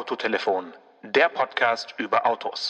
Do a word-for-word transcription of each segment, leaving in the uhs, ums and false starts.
Autotelefon, der Podcast über Autos.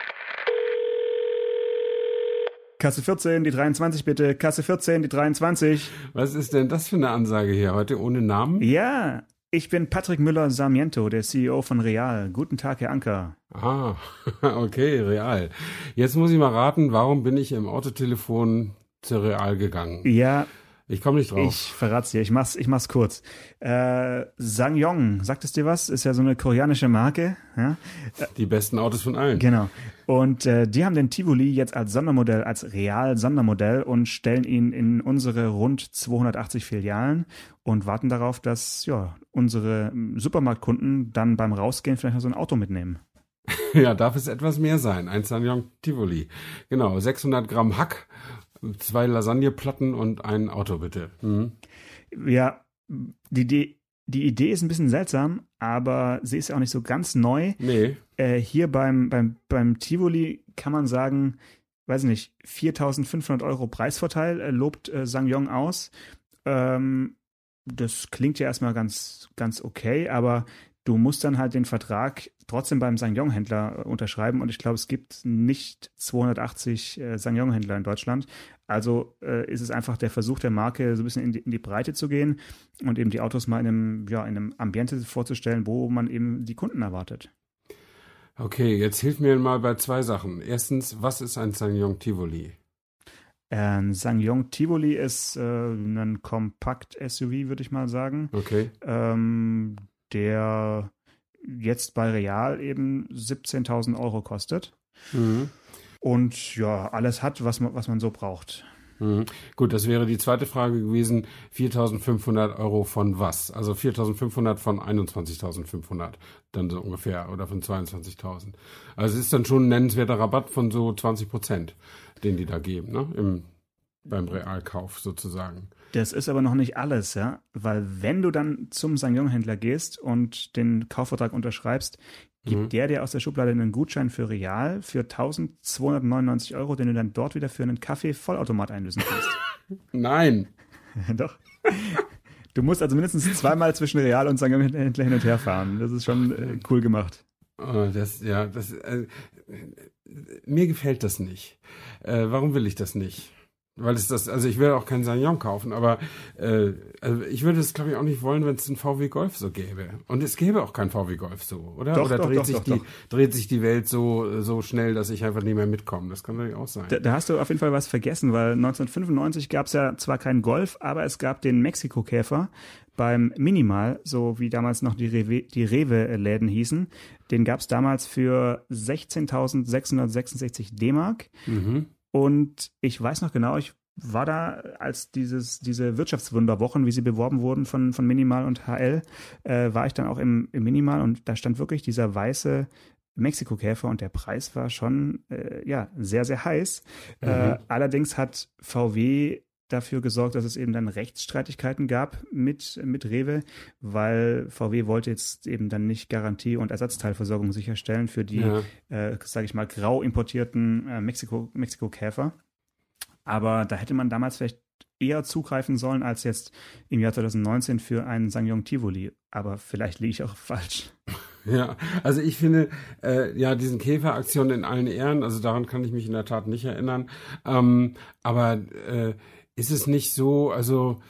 Kasse vierzehn, die dreiundzwanzig bitte. Kasse vierzehn, die dreiundzwanzig. Was ist denn das für eine Ansage hier heute ohne Namen? Ja, ich bin Patrick Müller-Sarmiento, der C E O von Real. Guten Tag, Herr Anker. Ah, okay, Real. Jetzt muss ich mal raten, warum bin ich im Autotelefon zu Real gegangen? Ja. Ich komme nicht drauf. Ich verrat's dir, ich mach's, ich mach's kurz. Äh, SsangYong, sagt es dir was? Ist ja so eine koreanische Marke. Ja? Die besten Autos von allen. Genau. Und äh, die haben den Tivoli jetzt als Sondermodell, als Real-Sondermodell und stellen ihn in unsere rund zweihundertachtzig Filialen und warten darauf, dass ja unsere Supermarktkunden dann beim Rausgehen vielleicht noch so ein Auto mitnehmen. Ja, darf es etwas mehr sein. Ein SsangYong Tivoli. Genau, sechshundert Gramm Hack. Zwei Lasagneplatten und ein Auto, bitte. Mhm. Ja, die, die, die Idee ist ein bisschen seltsam, aber sie ist ja auch nicht so ganz neu. Nee. Äh, hier beim, beim, beim Tivoli kann man sagen, weiß nicht, viertausendfünfhundert Euro Preisvorteil äh, lobt äh, SsangYong aus. Ähm, das klingt ja erstmal ganz, ganz okay, aber du musst dann halt den Vertrag trotzdem beim SsangYong-Händler unterschreiben und ich glaube, es gibt nicht zweihundertachtzig äh, SsangYong-Händler in Deutschland. Also äh, ist es einfach der Versuch der Marke, so ein bisschen in die, in die Breite zu gehen und eben die Autos mal in einem, ja, in einem Ambiente vorzustellen, wo man eben die Kunden erwartet. Okay, jetzt hilf mir mal bei zwei Sachen. Erstens, was ist ein SsangYong Tivoli? Ein SsangYong Tivoli ist äh, ein Kompakt-S U V, würde ich mal sagen. Okay. Ähm, der jetzt bei Real eben siebzehntausend Euro kostet. Mhm. Und ja, alles hat, was man, was man so braucht. Mhm. Gut, das wäre die zweite Frage gewesen. viertausendfünfhundert Euro von was? Also viertausendfünfhundert von einundzwanzigtausendfünfhundert dann so ungefähr oder von zweiundzwanzigtausend. Also es ist dann schon ein nennenswerter Rabatt von so zwanzig Prozent, den die da geben, ne? Im, beim Realkauf sozusagen. Das ist aber noch nicht alles, ja, weil wenn du dann zum SsangYong-Händler gehst und den Kaufvertrag unterschreibst, gibt mhm. der dir aus der Schublade einen Gutschein für Real für eintausendzweihundertneunundneunzig Euro, den du dann dort wieder für einen Kaffee-Vollautomat einlösen kannst. Nein. Doch. Du musst also mindestens zweimal zwischen Real und SsangYong-Händler hin und her fahren. Das ist schon äh, cool gemacht. Oh, das, ja, das, äh, mir gefällt das nicht. Äh, warum will ich das nicht? Weil es das, also ich will auch keinen SsangYong kaufen, aber äh, also ich würde es, glaube ich, auch nicht wollen, wenn es einen V W Golf so gäbe. Und es gäbe auch keinen V W Golf so, oder? Doch, oder doch, dreht doch, sich doch, die doch. dreht sich die Welt so so schnell, dass ich einfach nicht mehr mitkomme. Das kann natürlich auch sein. Da, da hast du auf jeden Fall was vergessen, weil neunzehnhundertfünfundneunzig gab es ja zwar keinen Golf, aber es gab den Mexiko-Käfer beim Minimal, so wie damals noch die Rewe, die Rewe-Läden hießen. Den gab es damals für sechzehntausendsechshundertsechsundsechzig D-Mark. Mhm. Und ich weiß noch genau, ich war da, als dieses, diese Wirtschaftswunderwochen, wie sie beworben wurden von, von Minimal und H L, äh, war ich dann auch im, im Minimal und da stand wirklich dieser weiße Mexiko-Käfer und der Preis war schon äh, ja sehr, sehr heiß. Mhm. Äh, allerdings hat V W dafür gesorgt, dass es eben dann Rechtsstreitigkeiten gab mit, mit Rewe, weil V W wollte jetzt eben dann nicht Garantie- und Ersatzteilversorgung sicherstellen für die, ja. äh, sage ich mal, grau importierten äh, Mexiko, Mexiko-Käfer. Aber da hätte man damals vielleicht eher zugreifen sollen als jetzt im Jahr zweitausendneunzehn für einen SsangYong Tivoli. Aber vielleicht liege ich auch falsch. Ja, also ich finde, äh, ja, diesen Käferaktionen in allen Ehren, also daran kann ich mich in der Tat nicht erinnern. Ähm, aber äh, ist es nicht so, also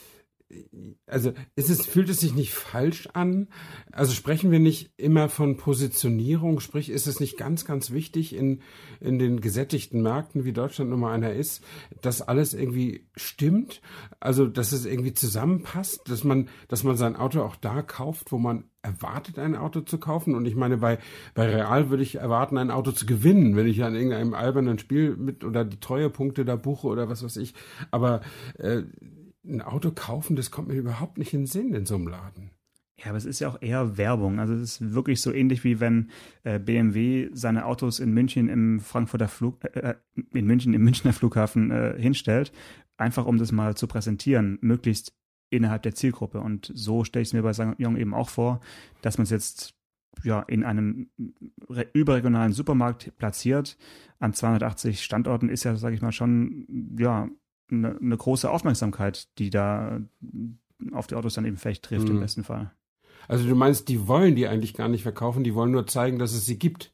Also ist es, fühlt es sich nicht falsch an? Also sprechen wir nicht immer von Positionierung? Sprich, ist es nicht ganz, ganz wichtig in, in den gesättigten Märkten, wie Deutschland Nummer einer ist, dass alles irgendwie stimmt? Also, dass es irgendwie zusammenpasst, dass man, dass man sein Auto auch da kauft, wo man erwartet, ein Auto zu kaufen? Und ich meine, bei, bei Real würde ich erwarten, ein Auto zu gewinnen, wenn ich an irgendeinem albernen Spiel mit oder die Treuepunkte da buche oder was weiß ich. Aber, äh, ein Auto kaufen, das kommt mir überhaupt nicht in den Sinn in so einem Laden. Ja, aber es ist ja auch eher Werbung. Also es ist wirklich so ähnlich wie wenn äh, B M W seine Autos in München im Frankfurter Flug, äh, in München im Münchner Flughafen äh, hinstellt, einfach um das mal zu präsentieren, möglichst innerhalb der Zielgruppe. Und so stelle ich es mir bei SsangYong eben auch vor, dass man es jetzt ja in einem überregionalen Supermarkt platziert. An zweihundertachtzig Standorten ist ja, sage ich mal, schon ja eine, eine große Aufmerksamkeit, die da auf die Autos dann eben vielleicht trifft, mhm. im besten Fall. Also du meinst, die wollen die eigentlich gar nicht verkaufen, die wollen nur zeigen, dass es sie gibt.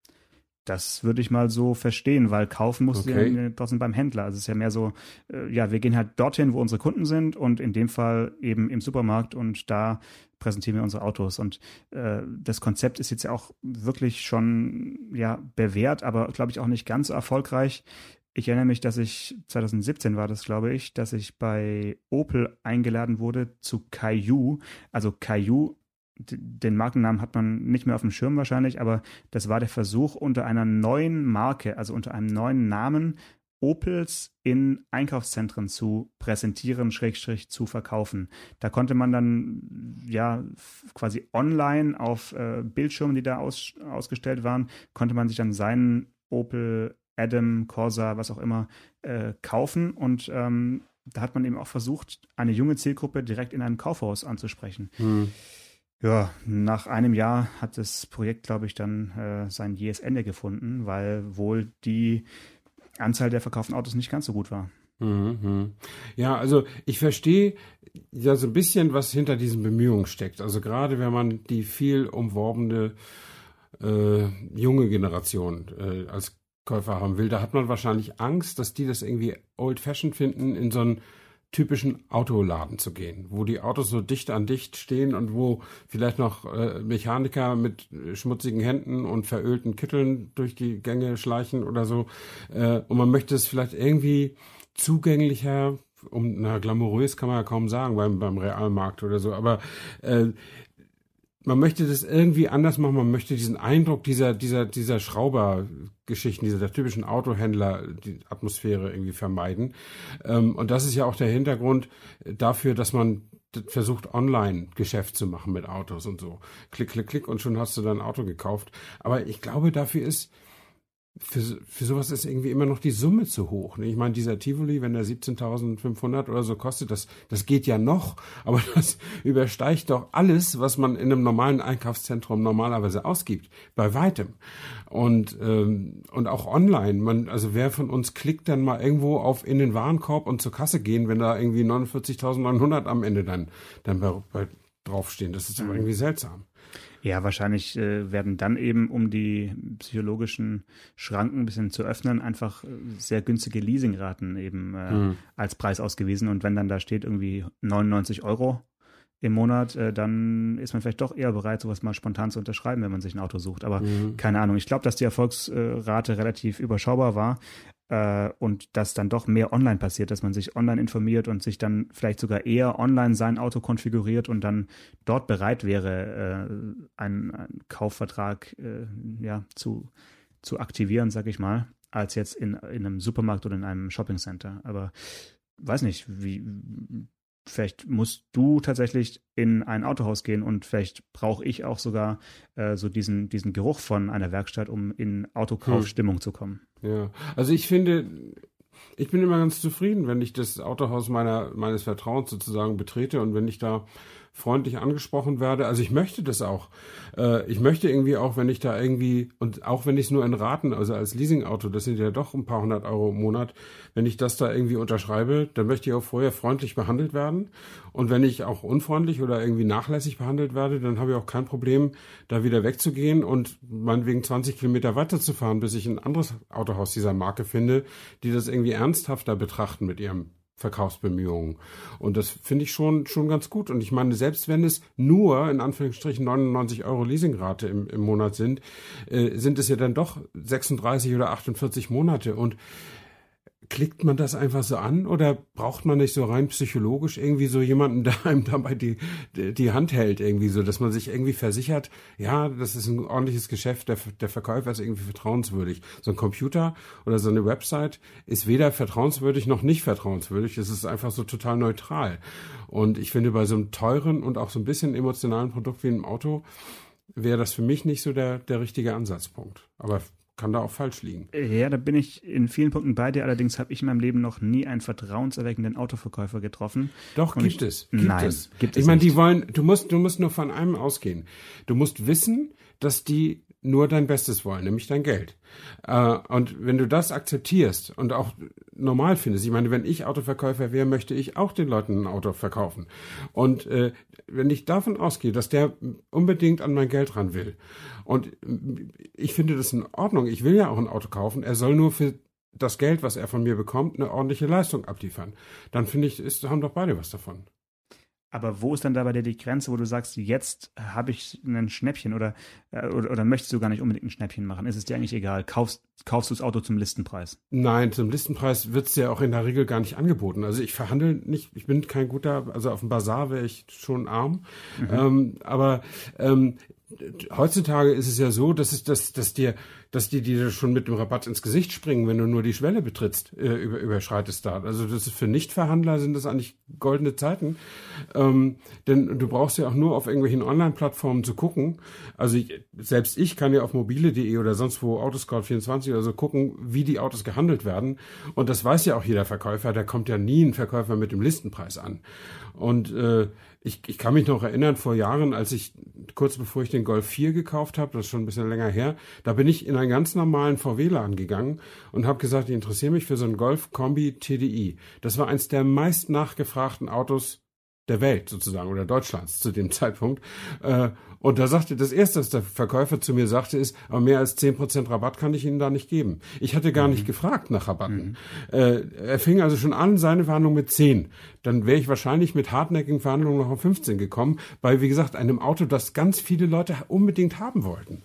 Das würde ich mal so verstehen, weil kaufen musst Okay. du ja trotzdem beim Händler. Also es ist ja mehr so, äh, ja, wir gehen halt dorthin, wo unsere Kunden sind und in dem Fall eben im Supermarkt und da präsentieren wir unsere Autos. Und äh, das Konzept ist jetzt ja auch wirklich schon ja bewährt, aber glaube ich auch nicht ganz so erfolgreich. Ich erinnere mich, dass ich, zwanzig siebzehn war das, glaube ich, dass ich bei Opel eingeladen wurde zu Kaiyu. Also Kaiyu, d- den Markennamen hat man nicht mehr auf dem Schirm wahrscheinlich, aber das war der Versuch, unter einer neuen Marke, also unter einem neuen Namen, Opels in Einkaufszentren zu präsentieren, Schrägstrich zu verkaufen. Da konnte man dann ja f- quasi online auf äh, Bildschirmen, die da aus, ausgestellt waren, konnte man sich dann seinen Opel Adam, Corsa, was auch immer, äh, kaufen. Und ähm, da hat man eben auch versucht, eine junge Zielgruppe direkt in einem Kaufhaus anzusprechen. Hm. Ja, nach einem Jahr hat das Projekt, glaube ich, dann äh, sein jähes Ende gefunden, weil wohl die Anzahl der verkauften Autos nicht ganz so gut war. Mhm, mhm. Ja, also ich verstehe ja so ein bisschen, was hinter diesen Bemühungen steckt. Also gerade wenn man die viel umworbene äh, junge Generation äh, als Käufer haben will, da hat man wahrscheinlich Angst, dass die das irgendwie old-fashioned finden, in so einen typischen Autoladen zu gehen, wo die Autos so dicht an dicht stehen und wo vielleicht noch äh, Mechaniker mit schmutzigen Händen und verölten Kitteln durch die Gänge schleichen oder so. Äh, und man möchte es vielleicht irgendwie zugänglicher, um, na, glamourös kann man ja kaum sagen beim, beim Realmarkt oder so, aber äh, man möchte das irgendwie anders machen, man möchte diesen Eindruck dieser, dieser, dieser Schraubergeschichten, dieser der typischen Autohändler, die Atmosphäre irgendwie vermeiden. Ähm, und das ist ja auch der Hintergrund dafür, dass man versucht, Online-Geschäft zu machen mit Autos und so. Klick, klick, klick und schon hast du dein Auto gekauft. Aber ich glaube, dafür ist Für, für sowas ist irgendwie immer noch die Summe zu hoch. Ne? Ich meine, dieser Tivoli, wenn der siebzehntausendfünfhundert oder so kostet, das, das geht ja noch, aber das übersteigt doch alles, was man in einem normalen Einkaufszentrum normalerweise ausgibt, bei weitem. Und, ähm, und auch online. Man, also wer von uns klickt dann mal irgendwo auf in den Warenkorb und zur Kasse gehen, wenn da irgendwie neunundvierzigtausendneunhundert am Ende dann, dann bei, bei draufstehen. Das ist aber irgendwie seltsam. Ja, wahrscheinlich äh, werden dann eben, um die psychologischen Schranken ein bisschen zu öffnen, einfach äh, sehr günstige Leasingraten eben äh, Mhm. als Preis ausgewiesen. Und wenn dann da steht irgendwie neunundneunzig Euro im Monat, äh, dann ist man vielleicht doch eher bereit, sowas mal spontan zu unterschreiben, wenn man sich ein Auto sucht. Aber Mhm. keine Ahnung, ich glaube, dass die Erfolgsrate relativ überschaubar war äh, und dass dann doch mehr online passiert, dass man sich online informiert und sich dann vielleicht sogar eher online sein Auto konfiguriert und dann dort bereit wäre, äh, einen, einen Kaufvertrag äh, ja, zu, zu aktivieren, sag ich mal, als jetzt in, in einem Supermarkt oder in einem Shoppingcenter. Aber weiß nicht, wie vielleicht musst du tatsächlich in ein Autohaus gehen und vielleicht brauche ich auch sogar äh, so diesen, diesen Geruch von einer Werkstatt, um in Autokaufstimmung zu kommen. Ja, also ich finde, ich bin immer ganz zufrieden, wenn ich das Autohaus meiner, meines Vertrauens sozusagen betrete und wenn ich da freundlich angesprochen werde. Also ich möchte das auch. Äh, ich möchte irgendwie auch, wenn ich da irgendwie, und auch wenn ich es nur in Raten, also als Leasingauto, das sind ja doch ein paar hundert Euro im Monat, wenn ich das da irgendwie unterschreibe, dann möchte ich auch vorher freundlich behandelt werden. Und wenn ich auch unfreundlich oder irgendwie nachlässig behandelt werde, dann habe ich auch kein Problem, da wieder wegzugehen und meinetwegen zwanzig Kilometer weiterzufahren, bis ich ein anderes Autohaus dieser Marke finde, die das irgendwie ernsthafter betrachten mit ihrem Verkaufsbemühungen. Und das finde ich schon, schon ganz gut. Und ich meine, selbst wenn es nur in Anführungsstrichen neunundneunzig Euro Leasingrate im, im Monat sind, äh, sind es ja dann doch sechsunddreißig oder achtundvierzig Monate. Und klickt man das einfach so an oder braucht man nicht so rein psychologisch irgendwie so jemanden, der einem dabei die, die, die Hand hält irgendwie so, dass man sich irgendwie versichert, ja, das ist ein ordentliches Geschäft, der, der Verkäufer ist irgendwie vertrauenswürdig. So ein Computer oder so eine Website ist weder vertrauenswürdig noch nicht vertrauenswürdig, es ist einfach so total neutral. Und ich finde, bei so einem teuren und auch so ein bisschen emotionalen Produkt wie einem Auto wäre das für mich nicht so der, der richtige Ansatzpunkt. Aber kann da auch falsch liegen. Ja, da bin ich in vielen Punkten bei dir. Allerdings habe ich in meinem Leben noch nie einen vertrauenserweckenden Autoverkäufer getroffen. Doch, Und gibt ich, es. Gibt nein, es. gibt es Ich meine, die nicht. wollen, du musst, du musst nur von einem ausgehen. Du musst wissen, dass die nur dein Bestes wollen, nämlich dein Geld. Äh, und wenn du das akzeptierst und auch normal findest, ich meine, wenn ich Autoverkäufer wäre, möchte ich auch den Leuten ein Auto verkaufen. Und äh, wenn ich davon ausgehe, dass der unbedingt an mein Geld ran will und ich finde das in Ordnung, ich will ja auch ein Auto kaufen, er soll nur für das Geld, was er von mir bekommt, eine ordentliche Leistung abliefern, dann finde ich, ist, haben doch beide was davon. Aber wo ist dann da bei dir die Grenze, wo du sagst, jetzt habe ich ein Schnäppchen oder, oder, oder möchtest du gar nicht unbedingt ein Schnäppchen machen? Ist es dir eigentlich egal? Kaufst, kaufst du das Auto zum Listenpreis? Nein, zum Listenpreis wird es ja auch in der Regel gar nicht angeboten. Also ich verhandle nicht, ich bin kein guter, also auf dem Bazar wäre ich schon arm. Mhm. Ähm, aber ähm, heutzutage ist es ja so, dass es, dass, dass dir, dass die dir schon mit dem Rabatt ins Gesicht springen, wenn du nur die Schwelle betrittst, äh, über, überschreitest da. Also das ist für Nichtverhandler sind das eigentlich goldene Zeiten. Ähm, denn du brauchst ja auch nur auf irgendwelchen Online-Plattformen zu gucken. Also ich, selbst ich kann ja auf mobile punkt de oder sonst wo Autoscout vierundzwanzig oder so gucken, wie die Autos gehandelt werden. Und das weiß ja auch jeder Verkäufer. Da kommt ja nie ein Verkäufer mit dem Listenpreis an. Und äh, ich, ich kann mich noch erinnern, vor Jahren, als ich, kurz bevor ich den Golf vier gekauft habe, das ist schon ein bisschen länger her, da bin ich in einen ganz normalen V W-Laden gegangen und habe gesagt, ich interessiere mich für so einen Golf-Kombi T D I. Das war eins der meist nachgefragten Autos der Welt sozusagen oder Deutschlands zu dem Zeitpunkt. Und da sagte, das Erste, was der Verkäufer zu mir sagte, ist, aber mehr als zehn Prozent Rabatt kann ich Ihnen da nicht geben. Ich hatte gar mhm. nicht gefragt nach Rabatten. Mhm. Er fing also schon an, seine Verhandlung mit zehn. Dann wäre ich wahrscheinlich mit hartnäckigen Verhandlungen noch auf fünfzehn gekommen, bei, wie gesagt, einem Auto, das ganz viele Leute unbedingt haben wollten.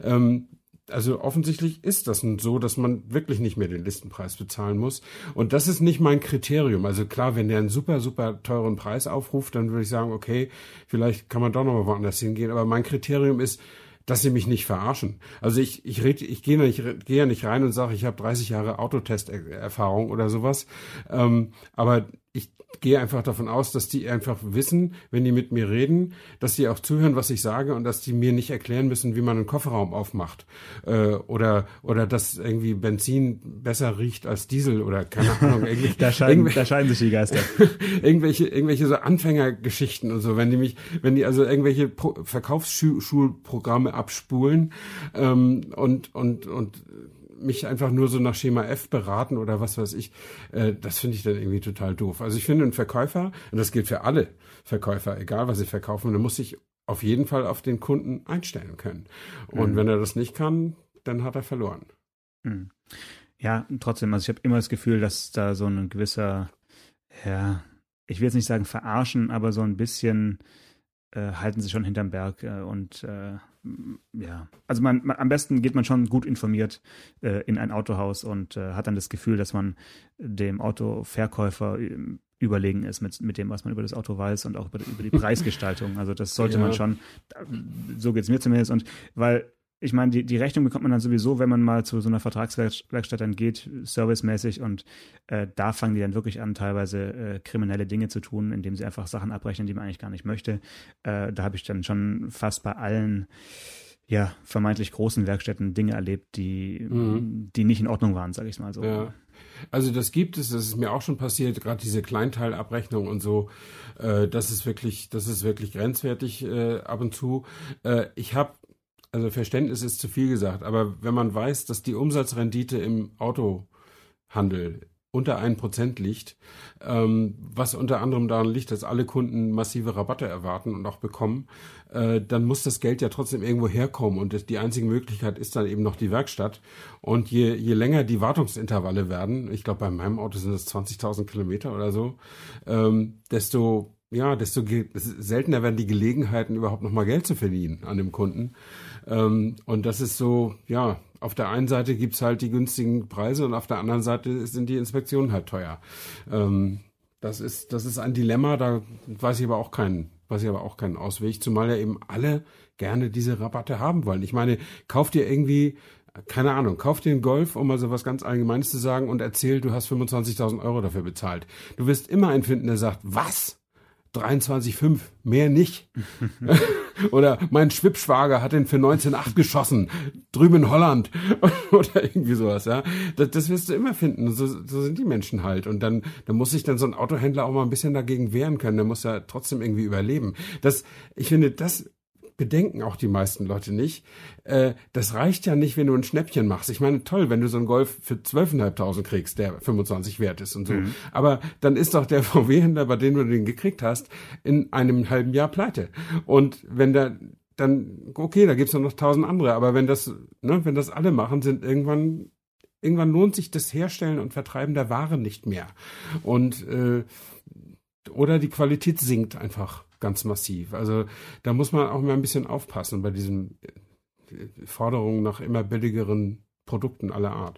Also offensichtlich ist das so, dass man wirklich nicht mehr den Listenpreis bezahlen muss. Und das ist nicht mein Kriterium. Also klar, wenn der einen super, super teuren Preis aufruft, dann würde ich sagen, okay, vielleicht kann man doch noch mal woanders hingehen. Aber mein Kriterium ist, dass sie mich nicht verarschen. Also ich ich rede, ich gehe nicht gehe ja nicht rein und sage, ich habe dreißig Jahre Autotest-Erfahrung oder sowas. Ähm, aber ich gehe einfach davon aus, dass die einfach wissen, wenn die mit mir reden, dass die auch zuhören, was ich sage und dass die mir nicht erklären müssen, wie man einen Kofferraum aufmacht äh, oder oder dass irgendwie Benzin besser riecht als Diesel oder keine Ahnung. Irgendwie, da, scheiden, da scheiden sich die Geister. irgendwelche irgendwelche so Anfängergeschichten und so, wenn die mich, wenn die also irgendwelche Pro- Verkaufsschulprogramme abspulen ähm, und und und mich einfach nur so nach Schema F beraten oder was weiß ich, äh, das finde ich dann irgendwie total doof. Also ich finde, ein Verkäufer, und das gilt für alle Verkäufer, egal was sie verkaufen, der muss sich auf jeden Fall auf den Kunden einstellen können. Und mhm. wenn er das nicht kann, dann hat er verloren. Mhm. Ja, trotzdem, also ich habe immer das Gefühl, dass da so ein gewisser, ja, ich will jetzt nicht sagen verarschen, aber so ein bisschen äh, halten sie schon hinterm Berg äh, und äh, ja, also man, man am besten geht man schon gut informiert äh, in ein Autohaus und äh, hat dann das Gefühl, dass man dem Autoverkäufer überlegen ist mit, mit dem, was man über das Auto weiß und auch über, über die Preisgestaltung. Also das sollte ja. man schon, so geht es mir zumindest. Und weil ich meine, die, die Rechnung bekommt man dann sowieso, wenn man mal zu so einer Vertragswerkstatt dann geht, servicemäßig, und äh, da fangen die dann wirklich an, teilweise äh, kriminelle Dinge zu tun, indem sie einfach Sachen abrechnen, die man eigentlich gar nicht möchte. Äh, da habe ich dann schon fast bei allen ja, vermeintlich großen Werkstätten Dinge erlebt, die, mhm. die nicht in Ordnung waren, sage ich mal so. Ja. Also das gibt es, das ist mir auch schon passiert, gerade diese Kleinteilabrechnung und so, äh, das ist wirklich, das ist wirklich grenzwertig äh, ab und zu. Äh, ich habe Also Verständnis ist zu viel gesagt, aber wenn man weiß, dass die Umsatzrendite im Autohandel unter ein Prozent liegt, ähm, was unter anderem daran liegt, dass alle Kunden massive Rabatte erwarten und auch bekommen, äh, dann muss das Geld ja trotzdem irgendwo herkommen und das, die einzige Möglichkeit ist dann eben noch die Werkstatt. Und je, je länger die Wartungsintervalle werden, ich glaube bei meinem Auto sind es zwanzigtausend Kilometer oder so, ähm, desto ja, desto ge- seltener werden die Gelegenheiten, überhaupt nochmal Geld zu verdienen an dem Kunden. Ähm, und das ist so, ja, auf der einen Seite gibt's halt die günstigen Preise und auf der anderen Seite sind die Inspektionen halt teuer. Ähm, das ist, das ist ein Dilemma, da weiß ich aber auch keinen, weiß ich aber auch keinen Ausweg, zumal ja eben alle gerne diese Rabatte haben wollen. Ich meine, kauft ihr irgendwie, keine Ahnung, kauf dir einen Golf, um mal so was ganz Allgemeines zu sagen, und erzähl, du hast fünfundzwanzigtausend Euro dafür bezahlt. Du wirst immer einen finden, der sagt, was? dreiundzwanzig Komma fünf, mehr nicht. Oder mein Schwippschwager hat den für neunzehn Komma acht geschossen, drüben in Holland. Oder irgendwie sowas, ja. Das, das wirst du immer finden. So, so sind die Menschen halt. Und dann, dann muss sich dann so ein Autohändler auch mal ein bisschen dagegen wehren können. Der muss ja trotzdem irgendwie überleben. Das, ich finde, das bedenken auch die meisten Leute nicht. Äh, das reicht ja nicht, wenn du ein Schnäppchen machst. Ich meine, toll, wenn du so einen Golf für zwölftausendfünfhundert kriegst, der fünfundzwanzig wert ist und so. Mhm. Aber dann ist doch der V W-Händler, bei dem du den gekriegt hast, in einem halben Jahr pleite. Und wenn der dann, okay, da gibt's noch tausend andere. Aber wenn das, ne, wenn das alle machen, sind irgendwann Irgendwann lohnt sich das Herstellen und Vertreiben der Ware nicht mehr. Und äh, oder die Qualität sinkt einfach ganz massiv. Also da muss man auch mal ein bisschen aufpassen bei diesen Forderungen nach immer billigeren Produkten aller Art.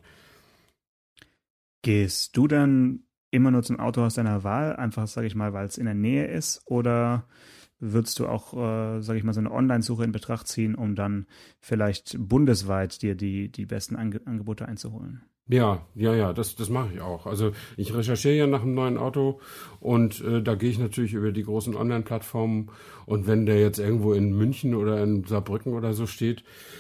Gehst du dann immer nur zum Autohaus deiner Wahl, einfach, sage ich mal, weil es in der Nähe ist, oder würdest du auch, äh, sage ich mal, so eine Online-Suche in Betracht ziehen, um dann vielleicht bundesweit dir die, die besten Ange- Angebote einzuholen? Ja, ja, ja, das, das mache ich auch. Also ich recherchiere ja nach einem neuen Auto und äh, da gehe ich natürlich über die großen Online-Plattformen, und wenn der jetzt irgendwo in München oder in Saarbrücken oder so steht,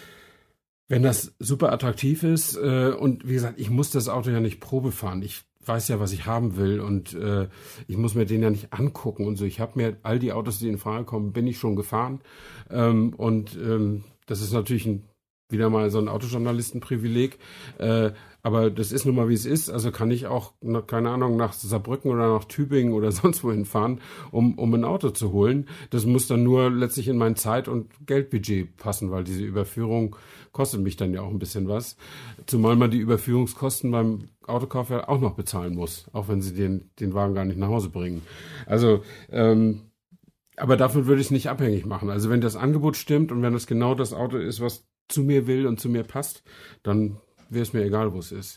wenn das super attraktiv ist äh, und wie gesagt, ich muss das Auto ja nicht Probe fahren. Ich weiß ja, was ich haben will, und äh, ich muss mir den ja nicht angucken und so. Ich habe mir all die Autos, die in Frage kommen, bin ich schon gefahren, ähm, und ähm, das ist natürlich ein, wieder mal so ein Autojournalistenprivileg, äh, aber das ist nun mal, wie es ist. Also kann ich auch, keine Ahnung, nach Saarbrücken oder nach Tübingen oder sonst wohin fahren, um, um ein Auto zu holen. Das muss dann nur letztlich in mein Zeit- und Geldbudget passen, weil diese Überführung kostet mich dann ja auch ein bisschen was. Zumal man die Überführungskosten beim Autokauf ja auch noch bezahlen muss, auch wenn sie den, den Wagen gar nicht nach Hause bringen. Also, ähm, aber davon würde ich es nicht abhängig machen. Also wenn das Angebot stimmt und wenn das genau das Auto ist, was zu mir will und zu mir passt, dann wäre es mir egal, wo es ist.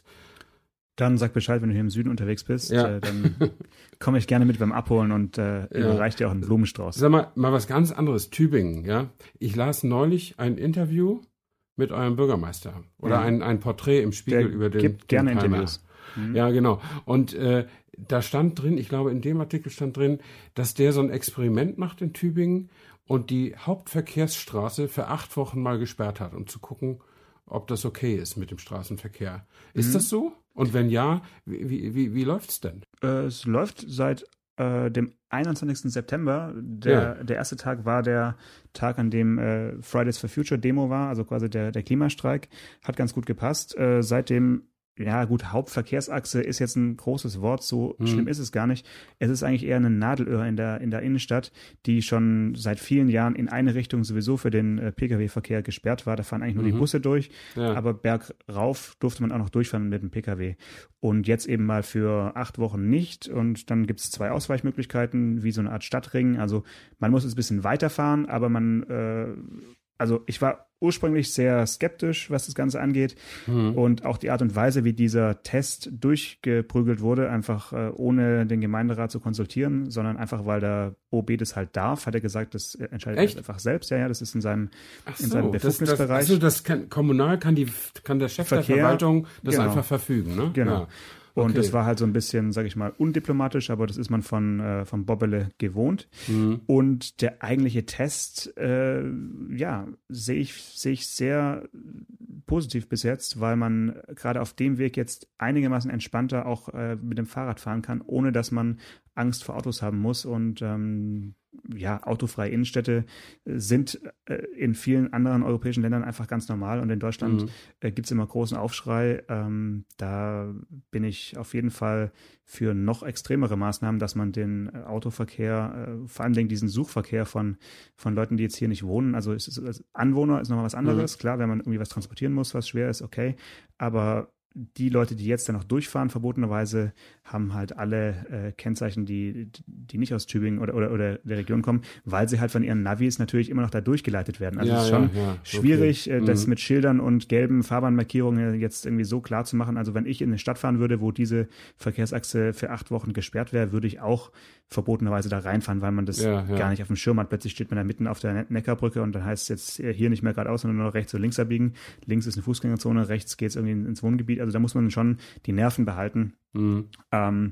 Dann sag Bescheid, wenn du hier im Süden unterwegs bist. Ja. Äh, dann komme ich gerne mit beim Abholen und äh, überreiche dir auch einen Blumenstrauß. Sag mal, mal was ganz anderes. Tübingen, ja. Ich las neulich ein Interview mit eurem Bürgermeister oder Mhm. ein, ein Porträt im Spiegel Der über den. gibt gerne den Palmer. Interviews. Mhm. Ja, genau. Und äh, da stand drin, ich glaube, in dem Artikel stand drin, dass der so ein Experiment macht in Tübingen und die Hauptverkehrsstraße für acht Wochen mal gesperrt hat, um zu gucken, ob das okay ist mit dem Straßenverkehr. Ist Mhm. das so? Und wenn ja, wie, wie, wie läuft's denn? Äh, es läuft seit äh, dem einundzwanzigsten September. Der, Ja. der erste Tag war der Tag, an dem äh, Fridays for Future Demo war, also quasi der, der Klimastreik. Hat ganz gut gepasst. Äh, seitdem, ja gut, Hauptverkehrsachse ist jetzt ein großes Wort, so Mhm. schlimm ist es gar nicht. Es ist eigentlich eher eine Nadelöhr in der, in der Innenstadt, die schon seit vielen Jahren in eine Richtung sowieso für den äh, Pkw-Verkehr gesperrt war. Da fahren eigentlich nur Mhm. die Busse durch, Ja. aber bergauf durfte man auch noch durchfahren mit dem Pkw. Und jetzt eben mal für acht Wochen nicht. Und dann gibt es zwei Ausweichmöglichkeiten, wie so eine Art Stadtring. Also man muss jetzt ein bisschen weiterfahren, aber man, äh, also ich war ursprünglich sehr skeptisch, was das Ganze angeht. Mhm. Und auch die Art und Weise, wie dieser Test durchgeprügelt wurde, einfach äh, ohne den Gemeinderat zu konsultieren, sondern einfach, weil der O B das halt darf, hat er gesagt, das entscheidet Echt? er einfach selbst. Ja, ja, das ist in seinem, Ach in seinem so, das, das, Befugnisbereich. also das kann, kommunal kann die, kann der Chef Verkehr, der Verwaltung das genau. einfach verfügen, ne? Genau. Ja. Und Okay. das war halt so ein bisschen, sag ich mal, undiplomatisch, aber das ist man von, äh, von Bobbele gewohnt. Mhm. Und der eigentliche Test, äh, ja, sehe ich, sehe ich sehr positiv bis jetzt, weil man gerade auf dem Weg jetzt einigermaßen entspannter auch äh, mit dem Fahrrad fahren kann, ohne dass man Angst vor Autos haben muss. Und ähm, ja, autofreie Innenstädte sind äh, in vielen anderen europäischen Ländern einfach ganz normal. Und in Deutschland Mhm. äh, gibt es immer großen Aufschrei. Ähm, da bin ich auf jeden Fall für noch extremere Maßnahmen, dass man den äh, Autoverkehr, äh, vor allem diesen Suchverkehr von, von Leuten, die jetzt hier nicht wohnen, also es ist, als Anwohner ist nochmal was anderes. Klar, wenn man irgendwie was transportieren muss, was schwer ist, okay. Aber die Leute, die jetzt dann noch durchfahren, verbotenerweise, haben halt alle äh, Kennzeichen, die, die nicht aus Tübingen oder, oder, oder der Region kommen, weil sie halt von ihren Navis natürlich immer noch da durchgeleitet werden. Also Ja, es ist schon ja, ja, okay. schwierig, äh, das Mhm. mit Schildern und gelben Fahrbahnmarkierungen jetzt irgendwie so klar zu machen. Also wenn ich in eine Stadt fahren würde, wo diese Verkehrsachse für acht Wochen gesperrt wäre, würde ich auch verbotenerweise da reinfahren, weil man das Ja, ja. gar nicht auf dem Schirm hat. Plötzlich steht man da mitten auf der Ne- Neckarbrücke und dann heißt es jetzt äh, hier nicht mehr geradeaus, sondern nur noch rechts oder links abbiegen. Links ist eine Fußgängerzone, rechts geht es irgendwie ins Wohngebiet. Also da muss man schon die Nerven behalten. Mhm. Ähm,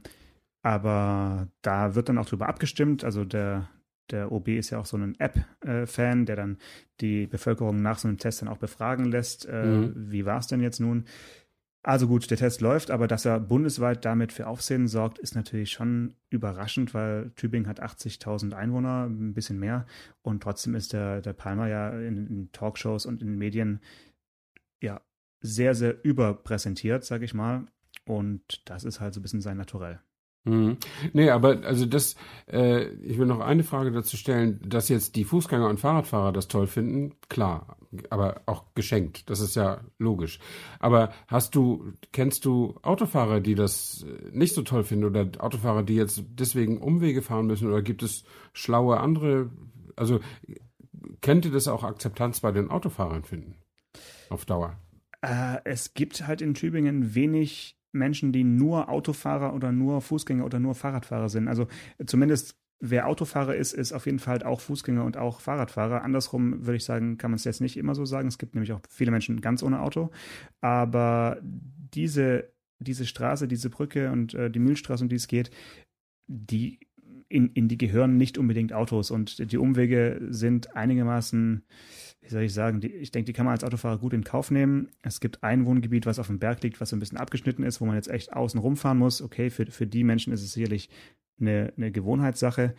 aber da wird dann auch drüber abgestimmt. Also der, der O B ist ja auch so ein App-Fan, der dann die Bevölkerung nach so einem Test dann auch befragen lässt. Äh, Mhm. Wie war es denn jetzt nun? Also gut, der Test läuft, aber dass er bundesweit damit für Aufsehen sorgt, ist natürlich schon überraschend, weil Tübingen hat achtzigtausend Einwohner, ein bisschen mehr. Und trotzdem ist der, der Palmer ja in, in Talkshows und in den Medien ja sehr, sehr überpräsentiert, sage ich mal. Und das ist halt so ein bisschen sein Naturell. Mhm. Nee, aber also das, äh, ich will noch eine Frage dazu stellen, dass jetzt die Fußgänger und Fahrradfahrer das toll finden, klar, aber auch geschenkt, das ist ja logisch. Aber hast du, kennst du Autofahrer, die das nicht so toll finden oder Autofahrer, die jetzt deswegen Umwege fahren müssen oder gibt es schlaue andere, also könnte das auch Akzeptanz bei den Autofahrern finden auf Dauer? Äh, es gibt halt in Tübingen wenig Menschen, die nur Autofahrer oder nur Fußgänger oder nur Fahrradfahrer sind. Also zumindest wer Autofahrer ist, ist auf jeden Fall halt auch Fußgänger und auch Fahrradfahrer. Andersrum würde ich sagen, kann man es jetzt nicht immer so sagen. Es gibt nämlich auch viele Menschen ganz ohne Auto. Aber diese, diese Straße, diese Brücke und äh, die Mühlstraße, um die es geht, die in, in die gehören nicht unbedingt Autos. Und die Umwege sind einigermaßen, wie soll ich sagen, die, ich denke, die kann man als Autofahrer gut in Kauf nehmen. Es gibt ein Wohngebiet, was auf dem Berg liegt, was so ein bisschen abgeschnitten ist, wo man jetzt echt außen rumfahren muss. Okay, für, für die Menschen ist es sicherlich eine, eine Gewohnheitssache.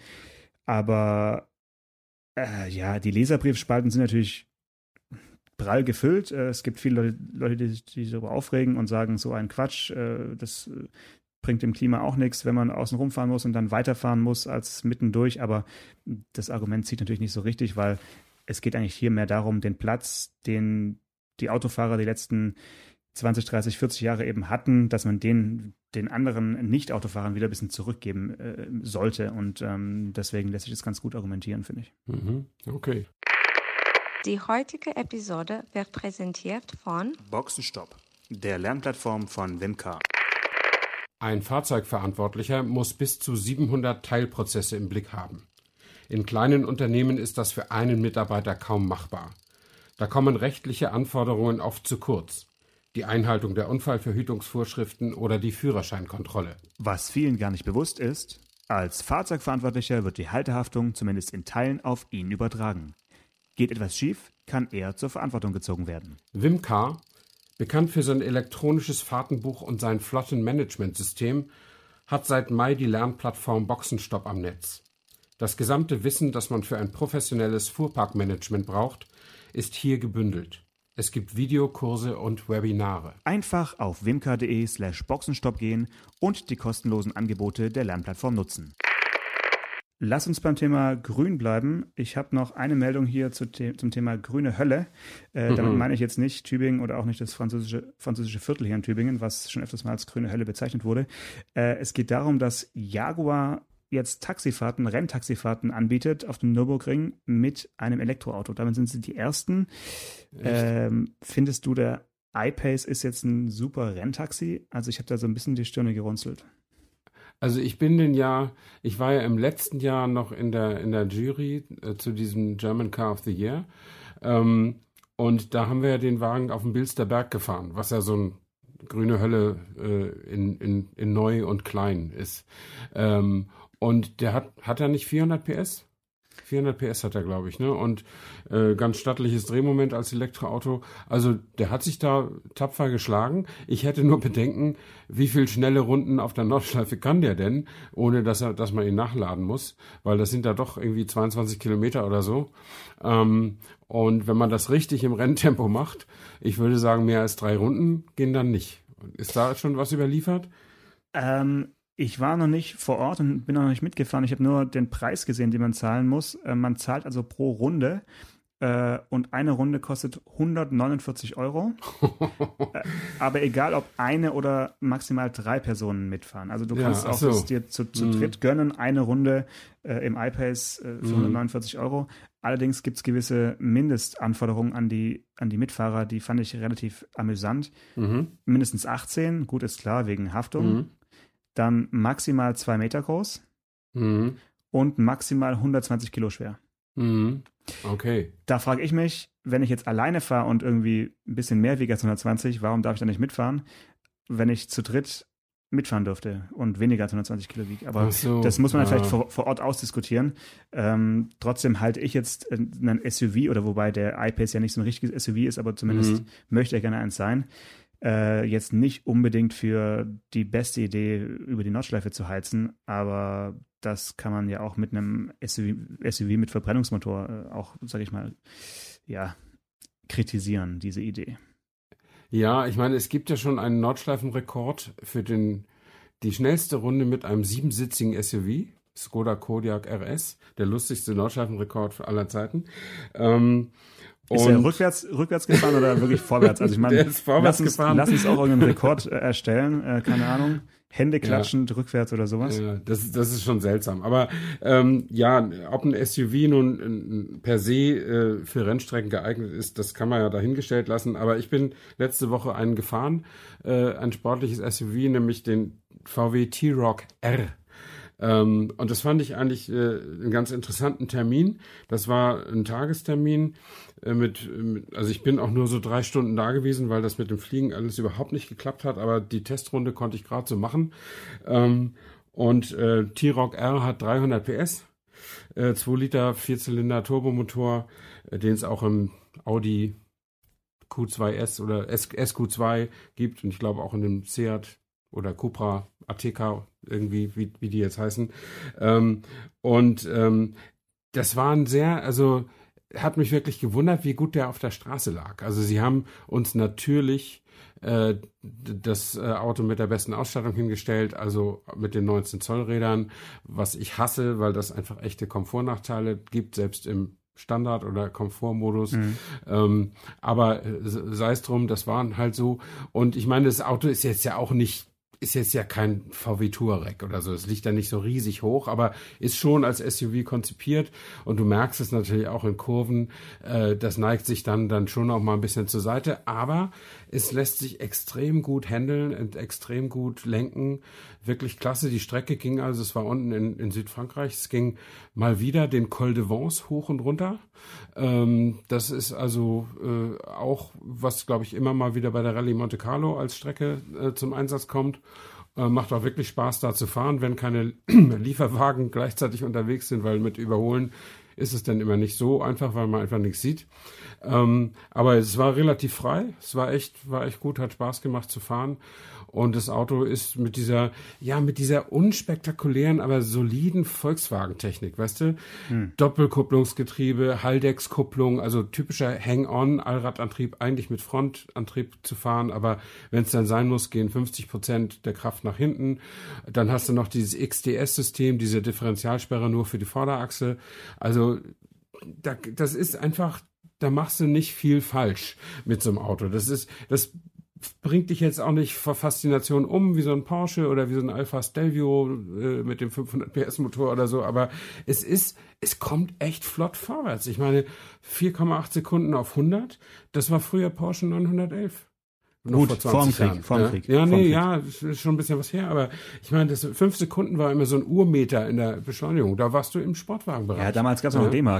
Aber äh, ja, die Leserbriefspalten sind natürlich prall gefüllt. Äh, es gibt viele Leute, Leute die sich die darüber aufregen und sagen, so ein Quatsch, äh, das äh, bringt dem Klima auch nichts, wenn man außen rumfahren muss und dann weiterfahren muss als mittendurch. Aber das Argument zieht natürlich nicht so richtig, weil es geht eigentlich hier mehr darum, den Platz, den die Autofahrer die letzten zwanzig, dreißig, vierzig Jahre eben hatten, dass man den, den anderen Nicht-Autofahrern wieder ein bisschen zurückgeben äh, sollte. Und ähm, deswegen lässt sich das ganz gut argumentieren, finde ich. Mhm. Okay. Die heutige Episode wird präsentiert von Boxenstopp, der Lernplattform von Wimcar. Ein Fahrzeugverantwortlicher muss bis zu siebenhundert Teilprozesse im Blick haben. In kleinen Unternehmen ist das für einen Mitarbeiter kaum machbar. Da kommen rechtliche Anforderungen oft zu kurz. Die Einhaltung der Unfallverhütungsvorschriften oder die Führerscheinkontrolle. Was vielen gar nicht bewusst ist, als Fahrzeugverantwortlicher wird die Haltehaftung zumindest in Teilen auf ihn übertragen. Geht etwas schief, kann er zur Verantwortung gezogen werden. Wimcar, bekannt für sein elektronisches Fahrtenbuch und sein Flottenmanagementsystem, hat seit Mai die Lernplattform Boxenstopp am Netz. Das gesamte Wissen, das man für ein professionelles Fuhrparkmanagement braucht, ist hier gebündelt. Es gibt Videokurse und Webinare. Einfach auf wimcar.de slash Boxenstopp gehen und die kostenlosen Angebote der Lernplattform nutzen. Lass uns beim Thema Grün bleiben. Ich habe noch eine Meldung hier zu the- zum Thema grüne Hölle. Äh, mhm. Damit meine ich jetzt nicht Tübingen oder auch nicht das französische, französische Viertel hier in Tübingen, was schon öfters mal als grüne Hölle bezeichnet wurde. Äh, es geht darum, dass Jaguar jetzt Taxifahrten, Renntaxifahrten anbietet auf dem Nürburgring mit einem Elektroauto. Damit sind sie die Ersten. Ähm, findest du, der I-Pace ist jetzt ein super Renntaxi? Also ich habe da so ein bisschen die Stirne gerunzelt. Also ich bin den Jahr, ich war ja im letzten Jahr noch in der in der Jury äh, zu diesem German Car of the Year ähm, und da haben wir ja den Wagen auf dem Bilster Berg gefahren, was ja so ein grüne Hölle äh, in, in, in neu und klein ist. Ähm, und der hat, hat er nicht vierhundert P S? vierhundert P S hat er, glaube ich, ne? Und äh, ganz stattliches Drehmoment als Elektroauto. Also der hat sich da tapfer geschlagen. Ich hätte nur Bedenken, wie viel schnelle Runden auf der Nordschleife kann der denn, ohne dass er, dass man ihn nachladen muss, weil das sind da doch irgendwie zweiundzwanzig Kilometer oder so. Ähm, und wenn man das richtig im Renntempo macht, ich würde sagen, mehr als drei Runden gehen dann nicht. Ist da schon was überliefert? Ähm, Ich war noch nicht vor Ort und bin noch nicht mitgefahren. Ich habe nur den Preis gesehen, den man zahlen muss. Äh, man zahlt also pro Runde äh, und eine Runde kostet hundertneunundvierzig Euro. äh, aber egal, ob eine oder maximal drei Personen mitfahren. Also du Ja, kannst ach auch so. es dir zu, zu Mhm. dritt gönnen, eine Runde äh, im I-Pace äh, für Mhm. hundertneunundvierzig Euro. Allerdings gibt es gewisse Mindestanforderungen an die, an die Mitfahrer, die fand ich relativ amüsant. Mhm. Mindestens achtzehn, gut ist klar, wegen Haftung. Mhm. Dann maximal zwei Meter groß Mhm. und maximal hundertzwanzig Kilo schwer. Mhm. Okay. Da frage ich mich, wenn ich jetzt alleine fahre und irgendwie ein bisschen mehr wiege als hundertzwanzig, warum darf ich da nicht mitfahren, wenn ich zu dritt mitfahren dürfte und weniger als hundertzwanzig Kilo wiege. Aber Ach so, das muss man dann ja. vielleicht vor, vor Ort ausdiskutieren. Ähm, trotzdem halte ich jetzt einen S U V, oder wobei der I-Pace ja nicht so ein richtiges S U V ist, aber zumindest Mhm. möchte er gerne eins sein. Äh, jetzt nicht unbedingt für die beste Idee, über die Nordschleife zu heizen, aber das kann man ja auch mit einem S U V, S U V mit Verbrennungsmotor äh, auch, sag ich mal, ja, kritisieren, diese Idee. Ja, ich meine, es gibt ja schon einen Nordschleifenrekord für den, die schnellste Runde mit einem siebensitzigen S U V, Skoda Kodiaq R S, der lustigste Nordschleifenrekord aller Zeiten. Ähm, Ist er rückwärts, rückwärts gefahren oder wirklich vorwärts? Also ich meine, der ist vorwärts lass uns, gefahren. Lass uns auch irgendeinen Rekord äh, erstellen, äh, keine Ahnung. Hände klatschend, ja. Rückwärts oder sowas. Ja, das, das ist schon seltsam. Aber ähm, ja, ob ein S U V nun äh, per se äh, für Rennstrecken geeignet ist, das kann man ja dahingestellt lassen. Aber ich bin letzte Woche einen gefahren, äh, ein sportliches S U V, nämlich den V W T-Roc R. Ähm, und das fand ich eigentlich äh, einen ganz interessanten Termin. Das war ein Tagestermin äh, mit, mit, also ich bin auch nur so drei Stunden da gewesen, weil das mit dem Fliegen alles überhaupt nicht geklappt hat, aber die Testrunde konnte ich gerade so machen. Ähm, und äh, T-Roc R hat dreihundert P S, äh, zwei Liter Vierzylinder Turbomotor, äh, den es auch im Audi Q zwei S oder S Q zwei gibt und ich glaube auch in dem Seat oder Cupra, A T K, irgendwie, wie, wie die jetzt heißen. Ähm, und ähm, das war ein sehr, also hat mich wirklich gewundert, wie gut der auf der Straße lag. Also sie haben uns natürlich äh, das äh, Auto mit der besten Ausstattung hingestellt, also mit den neunzehn Zoll Rädern, was ich hasse, weil das einfach echte Komfortnachteile gibt, selbst im Standard- oder Komfortmodus. Mhm. Ähm, aber äh, sei es drum, das waren halt so. Und ich meine, das Auto ist jetzt ja auch nicht ist jetzt ja kein V W Touareg oder so. Es liegt da nicht so riesig hoch, aber ist schon als S U V konzipiert. Und du merkst es natürlich auch in Kurven. Äh, das neigt sich dann, dann schon auch mal ein bisschen zur Seite. Aber es lässt sich extrem gut handeln und extrem gut lenken. Wirklich klasse. Die Strecke ging also, es war unten in, in Südfrankreich. Es ging mal wieder den Col de Vence hoch und runter. Ähm, das ist also äh, auch, was, glaube ich, immer mal wieder bei der Rallye Monte Carlo als Strecke äh, zum Einsatz kommt. Äh, macht auch wirklich Spaß, da zu fahren, wenn keine Lieferwagen gleichzeitig unterwegs sind, weil mit Überholen ist es dann immer nicht so einfach, weil man einfach nichts sieht. Ähm, aber es war relativ frei. Es war echt, war echt gut, hat Spaß gemacht zu fahren. Und das Auto ist mit dieser, ja, mit dieser unspektakulären, aber soliden Volkswagen-Technik, weißt du? Hm. Doppelkupplungsgetriebe, Haldex-Kupplung, also typischer Hang-on, Allradantrieb, eigentlich mit Frontantrieb zu fahren, aber wenn es dann sein muss, gehen fünfzig Prozent der Kraft nach hinten. Dann hast du noch dieses X D S-System, diese Differentialsperre nur für die Vorderachse. Also da, das ist einfach, da machst du nicht viel falsch mit so einem Auto. Das ist, das bringt dich jetzt auch nicht vor Faszination um, wie so ein Porsche oder wie so ein Alfa Stelvio äh, mit dem fünfhundert P S Motor oder so, aber es ist, es kommt echt flott vorwärts. Ich meine, vier Komma acht Sekunden auf hundert, das war früher Porsche neunhundertelf. Noch Gut, vor zwanzig Jahren. Vorm ja. Krieg. Ja, nee, Krieg. ja, ist schon ein bisschen was her, aber ich meine, das fünf Sekunden war immer so ein Urmeter in der Beschleunigung. Da warst du im Sportwagenbereich. Ja, damals gab es ja. noch D-Mark.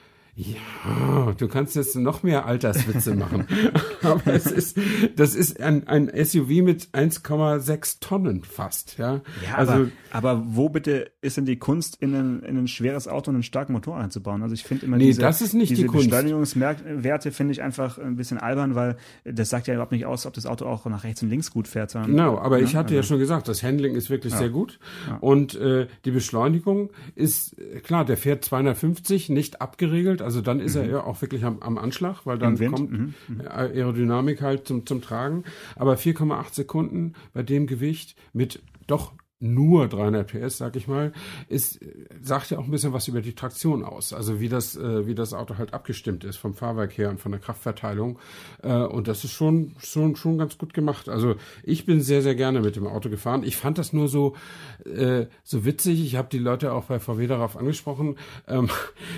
Ja, du kannst jetzt noch mehr Alterswitze machen. Aber es ist, das ist ein, ein S U V mit eins Komma sechs Tonnen fast, ja. Ja, also, aber, aber wo bitte ist denn die Kunst, in ein, in ein schweres Auto einen starken Motor einzubauen? Also ich finde immer nee, diese, das ist nicht diese die Kunst. Beschleunigungswerte finde ich einfach ein bisschen albern, weil das sagt ja überhaupt nicht aus, ob das Auto auch nach rechts und links gut fährt. Sondern, genau, aber ne? ich hatte also, ja schon gesagt, das Handling ist wirklich ja. sehr gut. Ja. Und äh, die Beschleunigung ist, klar, der fährt zweihundertfünfzig, nicht abgeregelt, also dann ist mhm. er ja auch wirklich am, am Anschlag, weil dann kommt mhm. Aerodynamik halt zum, zum Tragen. Aber vier Komma acht Sekunden bei dem Gewicht mit doch nur dreihundert P S, sag ich mal, ist, sagt ja auch ein bisschen was über die Traktion aus. Also wie das, äh, wie das Auto halt abgestimmt ist vom Fahrwerk her und von der Kraftverteilung. Äh, und das ist schon, schon, schon ganz gut gemacht. Also ich bin sehr, sehr gerne mit dem Auto gefahren. Ich fand das nur so, äh, so witzig. Ich habe die Leute auch bei V W darauf angesprochen. Ähm,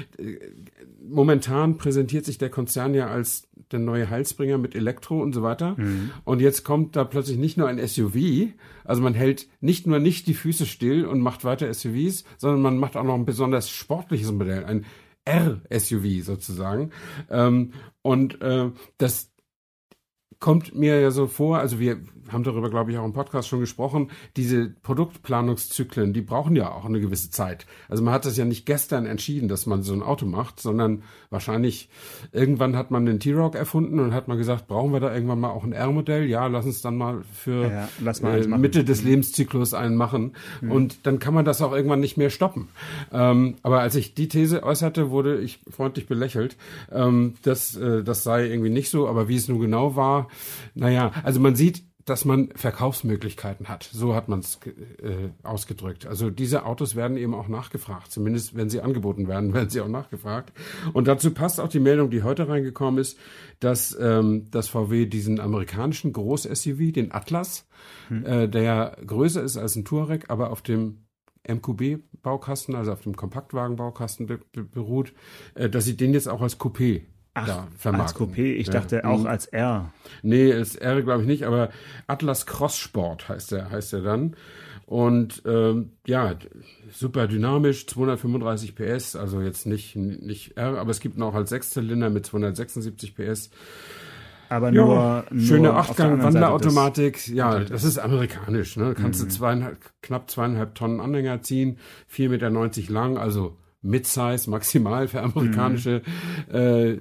momentan präsentiert sich der Konzern ja als der neue Heilsbringer mit Elektro und so weiter. Mhm. Und jetzt kommt da plötzlich nicht nur ein S U V, also man hält nicht nur nicht die Füße still und macht weiter S U Vs, sondern man macht auch noch ein besonders sportliches Modell, ein R-S U V sozusagen. Ähm, und äh, das kommt mir ja so vor, also wir haben darüber, glaube ich, auch im Podcast schon gesprochen, diese Produktplanungszyklen, die brauchen ja auch eine gewisse Zeit. Also man hat das ja nicht gestern entschieden, dass man so ein Auto macht, sondern wahrscheinlich irgendwann hat man den T-Roc erfunden und hat man gesagt, brauchen wir da irgendwann mal auch ein R-Modell? Ja, lass uns dann mal für ja, lass mal äh, Mitte des Lebenszyklus einen machen. Mhm. Und dann kann man das auch irgendwann nicht mehr stoppen. Ähm, aber als ich die These äußerte, wurde ich freundlich belächelt. Ähm, das, äh, das sei irgendwie nicht so, aber wie es nun genau war, naja, also man sieht, dass man Verkaufsmöglichkeiten hat. So hat man es äh, ausgedrückt. Also diese Autos werden eben auch nachgefragt. Zumindest wenn sie angeboten werden, werden sie auch nachgefragt. Und dazu passt auch die Meldung, die heute reingekommen ist, dass ähm, das V W diesen amerikanischen Groß-S U V, den Atlas, hm. äh, der ja größer ist als ein Touareg, aber auf dem M Q B-Baukasten, also auf dem Kompaktwagen-Baukasten be- be- beruht, äh, dass sie den jetzt auch als Coupé Ach, als Coupé? Ich dachte ja. auch als R. Nee, als R glaube ich nicht, aber Atlas Cross Sport heißt der, heißt der dann. Und ähm, ja, super dynamisch, zweihundertfünfunddreißig P S, also jetzt nicht, nicht R, aber es gibt noch als Sechszylinder mit zweihundertsechsundsiebzig P S. Aber ja, nur, nur schöne Achtgang-Wanderautomatik. Ja, das ist amerikanisch. Ne? Kannst mhm. du zweieinhalb, knapp zweieinhalb Tonnen Anhänger ziehen, vier Meter neunzig lang, also Mid-Size, maximal für amerikanische mhm. äh,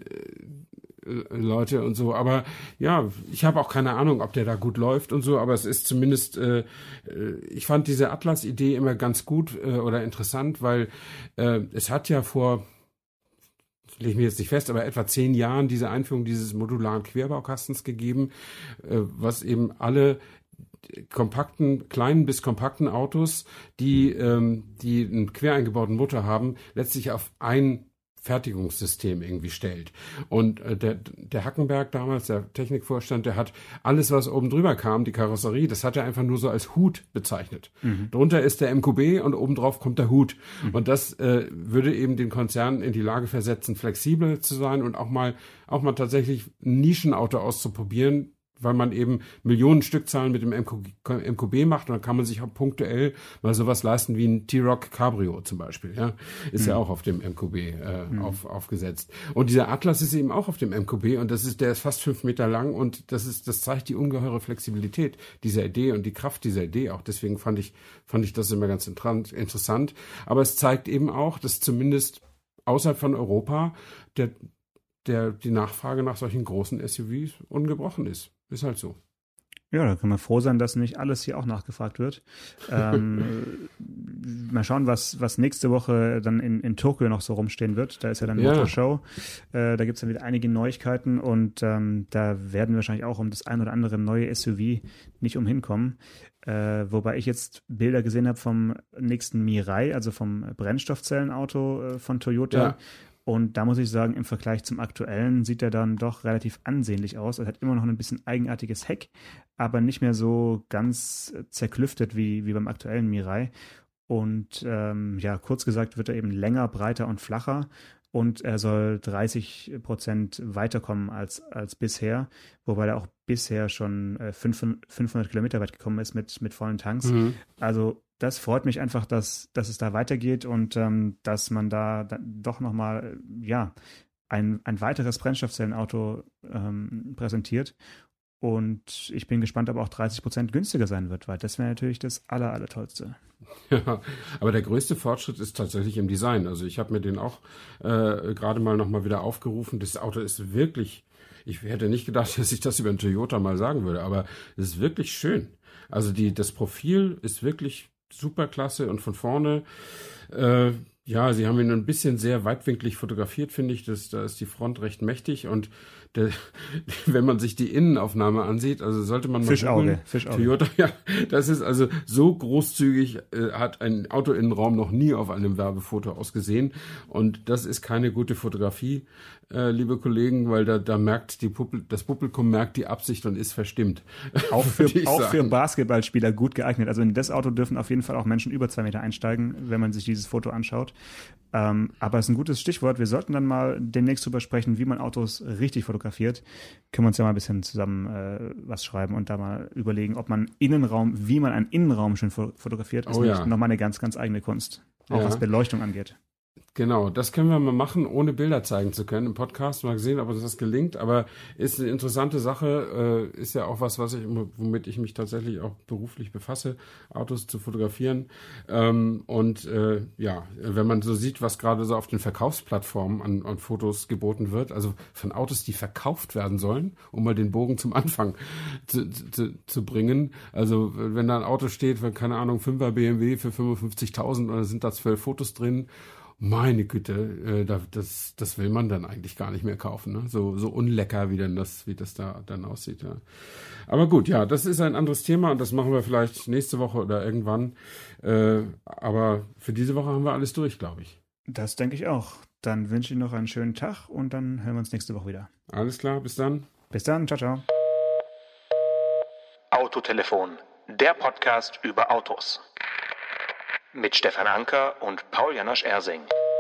Leute und so. Aber ja, ich habe auch keine Ahnung, ob der da gut läuft und so, aber es ist zumindest, äh, ich fand diese Atlas-Idee immer ganz gut äh, oder interessant, weil äh, es hat ja vor, lege ich mir jetzt nicht fest, aber etwa zehn Jahren diese Einführung dieses modularen Querbaukastens gegeben, äh, was eben alle kompakten, kleinen bis kompakten Autos, die, ähm, die einen quer eingebauten Motor haben, letztlich auf ein Fertigungssystem irgendwie stellt. Und äh, der, der Hackenberg damals, der Technikvorstand, der hat alles, was oben drüber kam, die Karosserie, das hat er einfach nur so als Hut bezeichnet. Mhm. Drunter ist der M Q B und obendrauf kommt der Hut. Mhm. Und das äh, würde eben den Konzern in die Lage versetzen, flexibel zu sein und auch mal, auch mal tatsächlich ein Nischenauto auszuprobieren, weil man eben Millionen Stückzahlen mit dem M Q B macht, und dann kann man sich auch punktuell mal sowas leisten wie ein T-Roc Cabrio zum Beispiel, ja, ist mhm. ja auch auf dem M Q B äh, mhm. auf, aufgesetzt. Und dieser Atlas ist eben auch auf dem M Q B, und das ist, der ist fast fünf Meter lang, und das ist, das zeigt die ungeheure Flexibilität dieser Idee und die Kraft dieser Idee auch. Deswegen fand ich, fand ich das immer ganz interessant. Aber es zeigt eben auch, dass zumindest außerhalb von Europa der, der, die Nachfrage nach solchen großen S U Vs ungebrochen ist. Ist halt so. Ja, da kann man froh sein, dass nicht alles hier auch nachgefragt wird. Ähm, mal schauen, was, was nächste Woche dann in, in Tokio noch so rumstehen wird. Da ist ja dann eine ja. Motorshow. Äh, da gibt es dann wieder einige Neuigkeiten, und ähm, da werden wir wahrscheinlich auch um das ein oder andere neue S U V nicht umhin kommen. Äh, wobei ich jetzt Bilder gesehen habe vom nächsten Mirai, also vom Brennstoffzellenauto äh, von Toyota. Ja. Und da muss ich sagen, im Vergleich zum aktuellen sieht er dann doch relativ ansehnlich aus. Er hat immer noch ein bisschen eigenartiges Heck, aber nicht mehr so ganz zerklüftet wie, wie beim aktuellen Mirai. Und ähm, ja, kurz gesagt wird er eben länger, breiter und flacher. Und er soll dreißig Prozent weiterkommen als, als bisher, wobei er auch bisher schon äh, fünfhundert Kilometer weit gekommen ist mit, mit vollen Tanks. Mhm. Also das freut mich einfach, dass, dass es da weitergeht, und ähm, dass man da, da doch nochmal ja, ein, ein weiteres Brennstoffzellenauto ähm, präsentiert. Und ich bin gespannt, ob auch dreißig Prozent günstiger sein wird, weil das wäre natürlich das aller, aller Tollste. Ja, aber der größte Fortschritt ist tatsächlich im Design. Also ich habe mir den auch äh, gerade mal nochmal wieder aufgerufen. Das Auto ist wirklich, ich hätte nicht gedacht, dass ich das über einen Toyota mal sagen würde, aber es ist wirklich schön. Also die, das Profil ist wirklich super klasse, und von vorne, äh, ja, sie haben ihn ein bisschen sehr weitwinklig fotografiert, finde ich. Das, da ist die Front recht mächtig, und der, wenn man sich die Innenaufnahme ansieht, also sollte man mal Fischauge, Fischauge. Toyota, ja, das ist also so großzügig, äh, hat ein Autoinnenraum noch nie auf einem Werbefoto ausgesehen, und das ist keine gute Fotografie, äh, liebe Kollegen, weil da, da merkt die Puppel, das Publikum merkt die Absicht und ist verstimmt. Auch für, auch für Basketballspieler gut geeignet. Also in das Auto dürfen auf jeden Fall auch Menschen über zwei Meter einsteigen, wenn man sich dieses Foto anschaut. Ähm, aber es ist ein gutes Stichwort. Wir sollten dann mal demnächst drüber sprechen, wie man Autos richtig fotografiert. Können wir uns ja mal ein bisschen zusammen äh, was schreiben und da mal überlegen, ob man Innenraum, wie man einen Innenraum schön fotografiert, ist oh, ja. nochmal eine ganz, ganz eigene Kunst. Auch ja. was Beleuchtung angeht. Genau, das können wir mal machen, ohne Bilder zeigen zu können im Podcast. Mal sehen, ob uns das gelingt. Aber ist eine interessante Sache, äh, ist ja auch was, was ich, womit ich mich tatsächlich auch beruflich befasse, Autos zu fotografieren. Ähm, und äh, ja, wenn man so sieht, was gerade so auf den Verkaufsplattformen an, an Fotos geboten wird, also von Autos, die verkauft werden sollen, um mal den Bogen zum Anfang zu, zu, zu bringen. Also wenn da ein Auto steht, für, keine Ahnung, fünfer B M W für fünfundfünfzigtausend und da sind da zwölf Fotos drin. Meine Güte, äh, das, das will man dann eigentlich gar nicht mehr kaufen, ne? So, so unlecker, wie denn das, wie das da dann aussieht, ja. Aber gut, ja, das ist ein anderes Thema und das machen wir vielleicht nächste Woche oder irgendwann. Äh, aber für diese Woche haben wir alles durch, glaube ich. Das denke ich auch. Dann wünsche ich noch einen schönen Tag und dann hören wir uns nächste Woche wieder. Alles klar, bis dann. Bis dann, ciao, ciao. Autotelefon, der Podcast über Autos. Mit Stefan Anker und Paul Janosch Ersing.